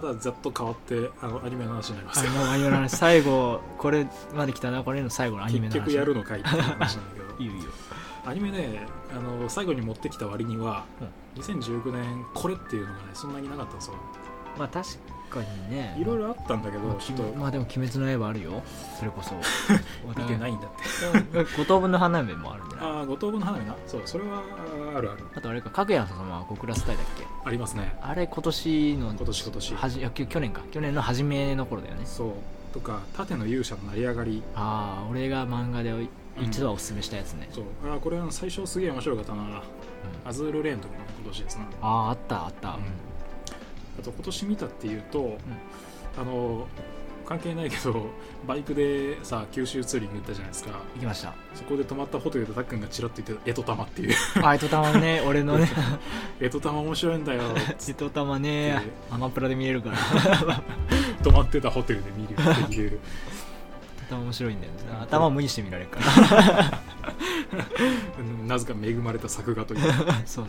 さざっと変わってアニメの話になりますもうアニメの話最後これまで来たな、これの最後のアニメの話結局やるのかいっていう話なんだけどいいよいいよ。 アニメね最後に持ってきた割には、2019年これっていうのがねそんなになかったんですよ。 まあ確かにね、 いろいろあったんだけど、ちょっとまあでも鬼滅の刃あるよ、それこそ見てないんだって五等分の花嫁もあるんじゃない？ ああ五等分の花火な、そうそれはあるある。 あとあれか、かぐや様は極楽スタイだっけ？ ありますね。 あれ今年の今年去年の初めの頃だよね。 そうとか盾の勇者の成り上がり、 ああ俺が漫画で一度はおすすめしたやつね。 そうこれは最初すげえ面白かったな、アズールレーンの時の今年ですな。 あった、 あと今年見たっていうと、関係ないけどバイクでさ九州ツーリング行ったじゃないですか。 行きました。 そこで泊まったホテルでたっくんがチラッと言ってた干支玉っていう干支玉ね俺のね干支玉面白いんだよ干支玉ねアマプラで見れるから泊まってたホテルで見るっていう面白いんだよね。頭を無にして見られるからなぜか恵まれた作画というそう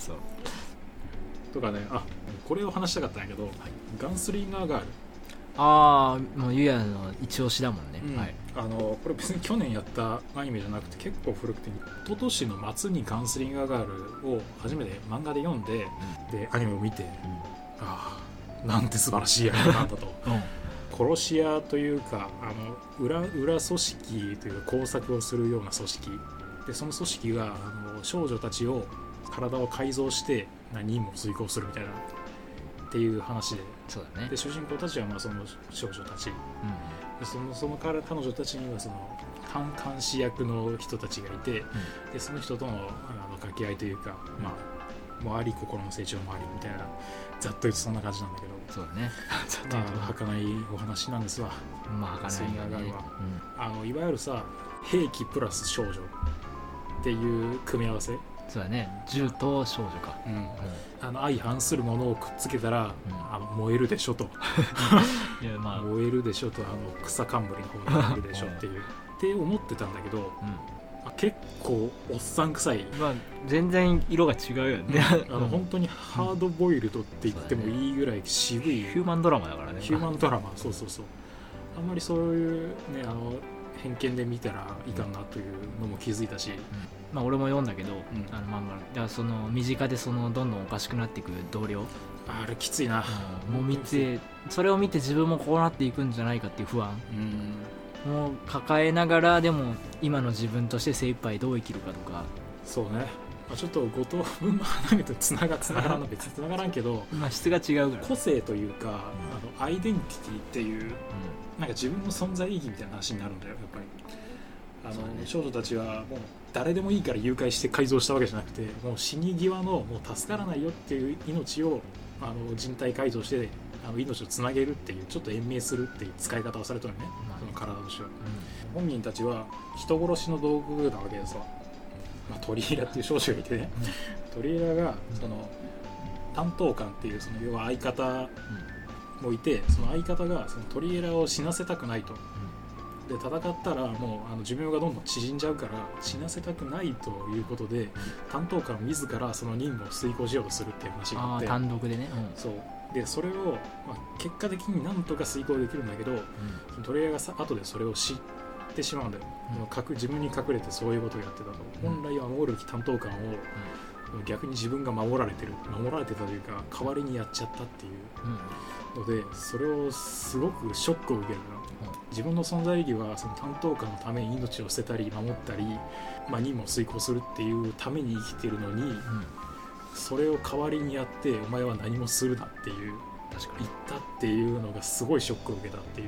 とかね。これを話したかったんやけど、ガンスリンガーガール、 もうゆやの一押しだもんね、 これ別に去年やったアニメじゃなくて結構古くて、一昨年の末にガンスリンガーガールを初めて漫画で読んで、でアニメを見て、なんて素晴らしいアニメなんだと殺し屋というか裏組織というか工作をするような組織で、その組織が少女たちを体を改造して何人も遂行するみたいなっていう話で、 そうだね。 で主人公たちはその少女たち、でその彼女たちにはその監視役の人たちがいて、でその人との掛け合いというか、もあり心の成長もありみたいな、ざっと言うとそんな感じなんだけど、 そうだね儚いお話なんですわ。 儚いよね。 いわゆるさ兵器プラス少女っていう組み合わせ、 そうだね、銃と少女か、 相反するものをくっつけたら、燃えるでしょといや、 燃えるでしょと草冠の方が燃えるでしょっていうって思ってたんだけど、結構おっさん臭い、 全然色が違うよね本当にハードボイルドって言ってもいいぐらい渋い、 ヒューマンドラマだからね。 ヒューマンドラマ、そうあんまりそういうね偏見で見たらいかんなというのも気づいたし、 俺も読んだけど、漫画だからその身近でどんどんおかしくなっていく同僚、 あれきついな、 もう見て、それを見て自分もこうなっていくんじゃないかっていう不安もう抱えながら、でも今の自分として精一杯どう生きるかとか。 そうね、ちょっと五等分の花見とつながらんの、別につながらんけど、 質が違うから個性というか、アイデンティティっていう、なんか自分の存在意義みたいな話になるんだよやっぱり。少女たちはもう誰でもいいから誘拐して改造したわけじゃなくて、もう死に際のもう助からないよっていう命を人体改造して命をつなげるっていう、ちょっと延命するっていう使い方をされてるね、その体としては、本人たちは人殺しの道具なわけですわ。トリーラっていう少女がいてね、トリーラがその担当官っていうその要は相方もいて、その相方がそのトリーラを死なせたくないと、で戦ったらもう寿命がどんどん縮んじゃうから死なせたくないということで、担当官自らその任務を遂行しようとするっていう話があって、 単独でね、 そうでそれを、結果的になんとか遂行できるんだけど、トリエラが後でそれを知ってしまうんだよ、自分に隠れてそういうことをやってたと、本来は守るべき担当官を、逆に自分が守られてたというか代わりにやっちゃったっていうので、それをすごくショックを受けるな。自分の存在意義はその担当官のために命を捨てたり守ったり、任務を遂行するっていうために生きてるのに、それを代わりにやってお前は何もするなっていう言ったっていうのがすごいショックを受けたっていう。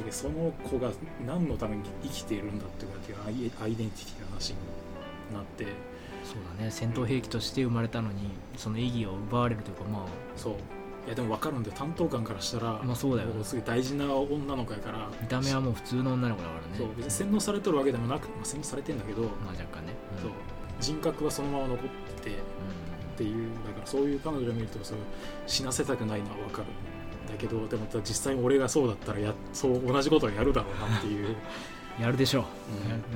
でその子が何のために生きているんだっていうアイデンティティの話になって、 そうだね、戦闘兵器として生まれたのにその意義を奪われるというか、 そういやでも分かるんで、担当官からしたら、 そうだよ、 すごい大事な女の子やから、 見た目はもう普通の女の子だからね。 そう別に洗脳されてるわけでもなく、洗脳されてんだけど、 若干ね、 そう人格はそのまま残ってて、っていう、だからそういう彼女を見ると死なせたくないのは分かる。だけどでも実際に俺がそうだったらそう同じことをやるだろうなっていうやるでしょう、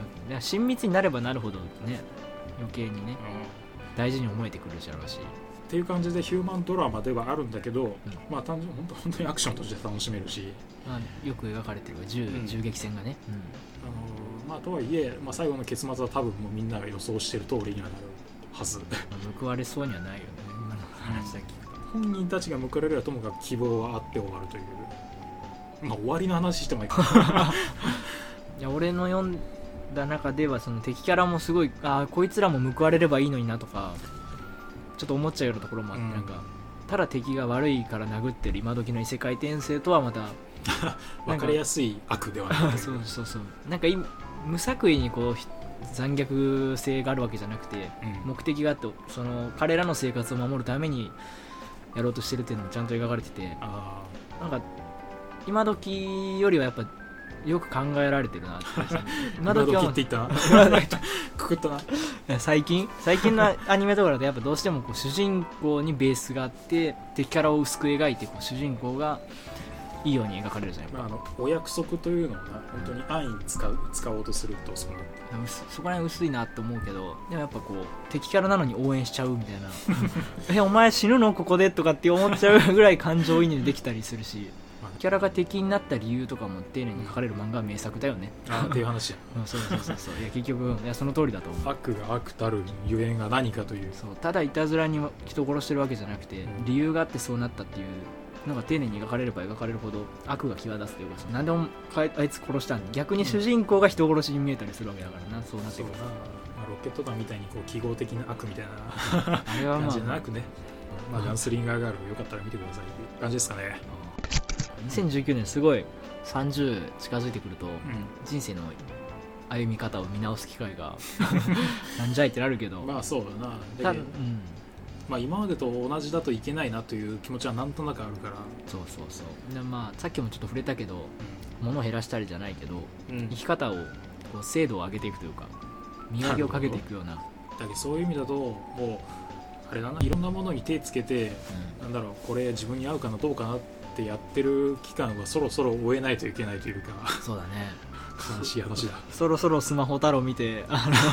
親密になればなるほどね、余計にね、大事に思えてくるじゃろうし。 っていう感じでヒューマンドラマではあるんだけど、まあ単純に本当にアクションとして楽しめるし、 まあ、よく描かれてる銃撃戦がね、 まあ、とはいえ、まあ、最後の結末は多分もうみんなが予想してる通りにはなるはず。 報われそうにはないよね、今の話だけ。 本人たちが報われるはともかく希望はあって終わるという、まあ、終わりの話してもいいかな。 いや俺の読んだ中ではその敵キャラもすごい、こいつらも報われればいいのになとかちょっと思っちゃうようなところもあって、なんかただ敵が悪いから殴ってる今時の異世界転生とはまた分かりやすい悪ではない。 そうなんか無作為にこう残虐性があるわけじゃなくて、目的があってその彼らの生活を守るためにやろうとしてるっていうのもちゃんと描かれてて、なんか今時よりはやっぱよく考えられてるなって今時って言ったなくくったな。 最近のアニメとかだとやっぱどうしてもこう主人公にベースがあって敵キャラを薄く描いてこう主人公がいいように描かれるじゃないか、 お約束というのをな本当に安易に使おうとするとそうなってそこら辺薄いなと思うけど、でもやっぱこう敵キャラなのに応援しちゃうみたいなお前死ぬのここでとかって思っちゃうぐらい感情移入できたりするし、キャラが敵になった理由とかも丁寧に書かれる漫画は名作だよねっていう話やそういや結局その通りだと思う。 悪が悪たるゆえんが何かという、 そうただいたずらに人を殺してるわけじゃなくて、理由があってそうなったっていうのが丁寧に描かれれば描かれるほど悪が際立つというか、なんでもあいつ殺したんだ、逆に主人公が人殺しに見えたりするわけだからな、そうなってくる。 ロケット弾みたいにこう記号的な悪みたいなあれは感じじゃなくね、ガンスリンガーガールよかったら見てくださいっていう感じですかね。 2019年すごい30近づいてくると、人生の歩み方を見直す機会がなんじゃいってなるけど、 まあそうだな。まあ、今までと同じだといけないなという気持ちはなんとなくあるから、 で、まあ、さっきもちょっと触れたけど、物を減らしたりじゃないけど、生き方をこう精度を上げていくというか見分けをかけていくような。 だけどそういう意味だともうあれだな、いろんなものに手つけて、なんだろうこれ自分に合うかなどうかなってやってる期間はそろそろ終えないといけないというか。 そうだね、 悲しい話だ。 そろそろスマホ太郎見て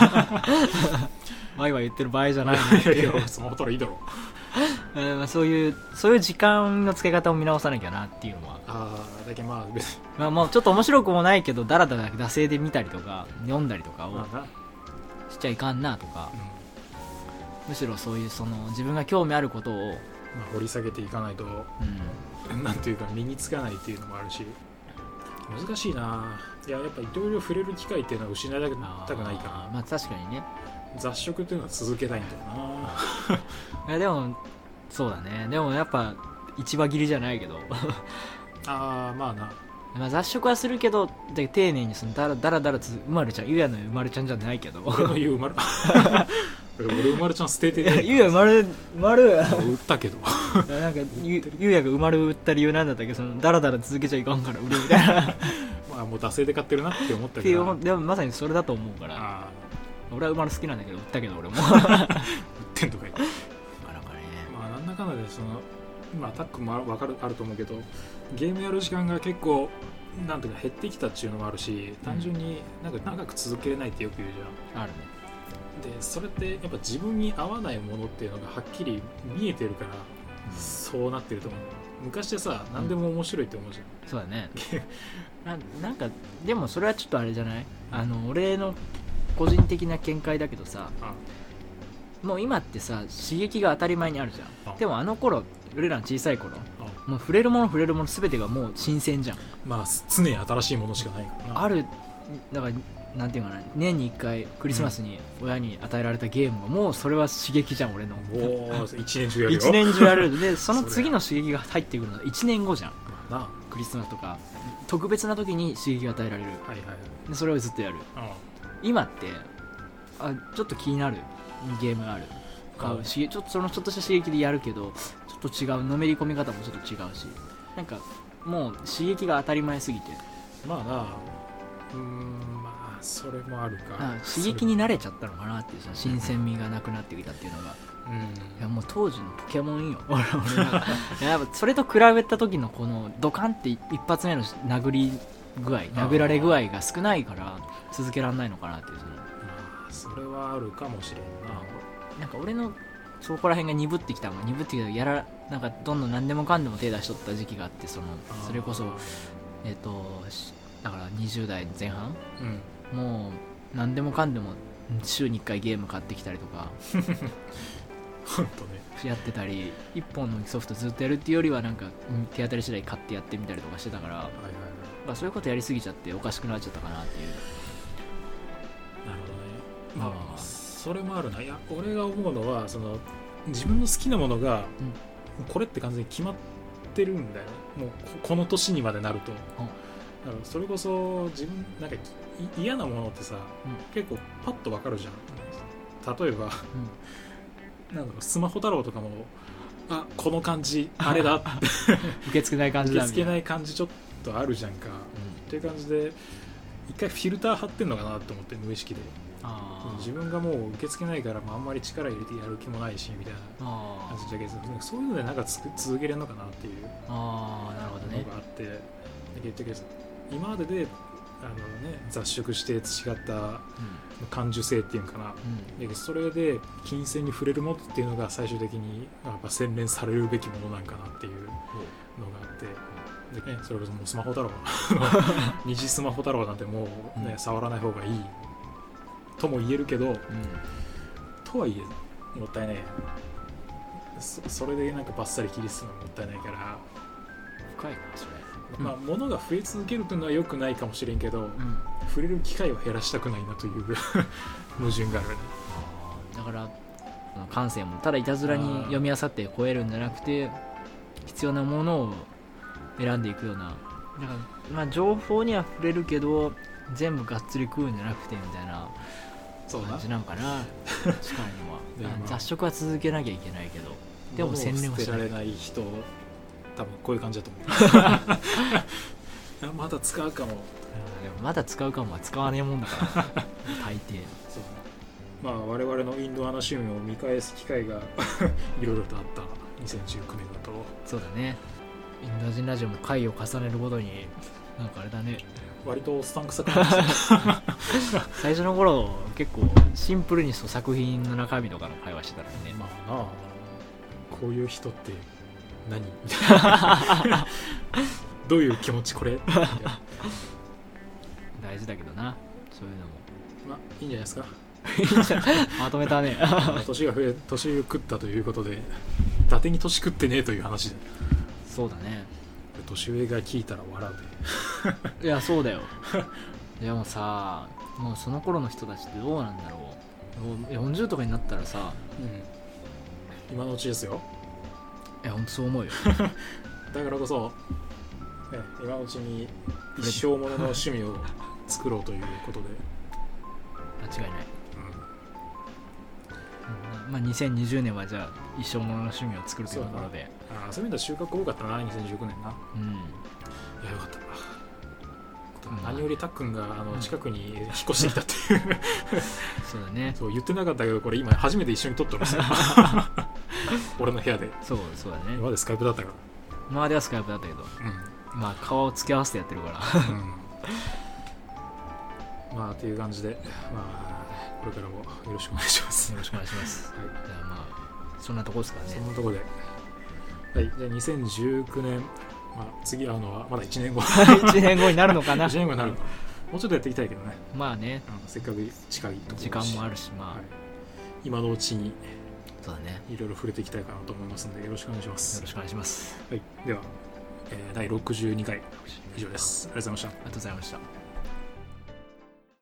ワイワイ言ってる場合じゃないスマホ太郎いいだろそういう時間の付け方を見直さなきゃなっていうのは。 だけどまあ別にもうちょっと面白くもないけどだらだら惰性で見たりとか読んだりとかをしちゃいかんなとか、むしろそういうその自分が興味あることを、 掘り下げていかないと、なんていうか身につかないっていうのもあるし、難しいな。いややっぱいろいろ触れる機会っていうのは失いたくないから。 まあ確かにね、 雑食っていうのは続けたいんだよな。いやでもそうだね、でもやっぱ一話切りじゃないけどまあ雑食はするけど丁寧にそのだらだらうまるちゃん、ゆうやのうまるちゃんじゃないけど俺の言う俺うまるちゃん捨ててね、 ゆうやうまる売ったけどなんかゆうやがうまる売った理由なんだったっけ、そのだらだら続けちゃいかんから売るみたいなまあもう惰性で買ってるなって思ったけど、 でもまさにそれだと思うから、俺はうまる好きなんだけど売ったけど俺も売ってんとか言ってなんだかんだでそのアタックもあると思うけど、ゲームやる時間が結構なんていうか減ってきたっていうのもあるし、単純になんか長く続けれないってよく言うじゃん。 あるね。 でそれってやっぱ自分に合わないものっていうのがはっきり見えてるから、そうなってると思う。昔でさ何でも面白いって思うじゃん。 そうだねなんかでもそれはちょっとあれじゃない、俺の個人的な見解だけどさ、もう今ってさ刺激が当たり前にあるじゃん。でもあの頃俺らの小さい頃、もう触れるもの全てがもう新鮮じゃん。 まあ常に新しいものしかないからな。 あるだからなんていうかな、年に1回クリスマスに親に与えられたゲームがもうそれは刺激じゃん俺の。 一年中やるよ。 一年中やるでその次の刺激が入ってくるのは1年後じゃんクリスマスとか特別な時に刺激が与えられる、でそれをずっとやる。今ってちょっと気になるゲームがある、ちょっとそのちょっとした刺激でやるけどちょっと違う、のめり込み方もちょっと違うし、なんかもう刺激が当たり前すぎて、 まあそれもあるか。 刺激に慣れちゃったのかなっていう、その新鮮味がなくなってきたっていうのが、いやもう当時のポケモンよ俺がやっぱそれと比べた時のこのドカンって一発目の殴られ具合が少ないから続けられないのかなっていう、 それはあるかもしれんな。 なんか俺のそこら辺が鈍ってきたもん。鈍ってきたなんかどんどん何でもかんでも手出しとった時期があって、それこそだから20代前半、もう何でもかんでも週に1回ゲーム買ってきたりとか本当ねやってたり、1本のソフトずっとやるっていうよりはなんか手当たり次第買ってやってみたりとかしてたから、そういうことやりすぎちゃっておかしくなっちゃったかなっていう。 なるほどね。まあそれもあるな。いや俺が思うのは自分の好きなものが、これって完全に決まってるんだよね。もうこの年にまでなると、だからそれこそ自分なんか嫌なものってさ、結構パッとわかるじゃん。例えば、なんだろう、スマホ太郎とかもこの感じあれだって受け付けない感じだみたいな、 受け付けない感じちょっとあるじゃんか、っていう感じで一回フィルター貼ってんのかなと思って、無意識で自分がもう受け付けないから、あんまり力入れてやる気もないしみたいな感じだけど、そういうのでなんか続けれるのかなっていうのがあって、結局今までで雑食して培った感受性っていうのかな、それで金銭に触れるものっていうのが最終的にやっぱ洗練されるべきものなんかなっていうのがあって、で、それこそもうスマホ太郎二次スマホ太郎なんてもう、触らない方がいいとも言えるけど、とはいえもったいない。それでなんかバッサリ切りするのはもったいないから、 深いなそれ。 物が増え続けるというのは良くないかもしれんけど、触れる機会を減らしたくないなという矛盾があるね。 だから感性もただいたずらに読み漁って超えるんじゃなくて、必要なものを選んでいくような、だから情報には触れるけど全部がっつり食うんじゃなくてみたいな感じなんかな。近いのは雑食は続けなきゃいけないけど、でも洗練はしない。 捨てられない人多分こういう感じだと思うまだ使うかも。 でもまだ使うかもは使わねえもんだから大抵。 そう、我々のインドアな趣味を見返す機会がいろいろとあった2019年だと。 そうだね。インド人ラジオも回を重ねるごとになんかあれだね、 割とおっさん臭くなってきた最初の頃結構シンプルに作品の中身とかの会話してたのにね。 こういう人って何みたいなどういう気持ちこれみたいな大事だけどな、そういうのも。 いいんじゃないですかまとめたね年が増え年を食ったということで、伊達に年食ってねえという話で。 そうだね。 年上が聞いたら笑うでいやそうだよでもさ、もうその頃の人たちってどうなんだろう。もう40とかになったらさ、 今のうちですよ。 いや本当そう思うよだからこそ、今のうちに一生ものの趣味を作ろうということで間違いない。2020年はじゃあ一生ものの趣味を作るというところで、 そういう意味では収穫多かったな2019年な。いやよかったな。何よりたっくんが近くに引っ越してきたっていうそうだね。 そう言ってなかったけど、これ今初めて一緒に撮ってますよ俺の部屋で。そうだね。 今までスカイプだったから。 今まではスカイプだったけど、顔を付け合わせてやってるからっていう感じで、これからもよろしくお願いします。 よろしくお願いします。じゃあそんなとこですかね。 そんなとこで、じゃあ2019年、次会うのはまだ1年後 1年後になるのかな 1年後になるのかもうちょっとやっていきたいけどね。 ね、 せっかく近いところ時間もあるし、 今のうちにそうだね、 いろいろ触れていきたいかなと思いますのでよろしくお願いします。 よろしくお願いします。 では、第62回以上です。ありがとうございました。 ありがとうございました。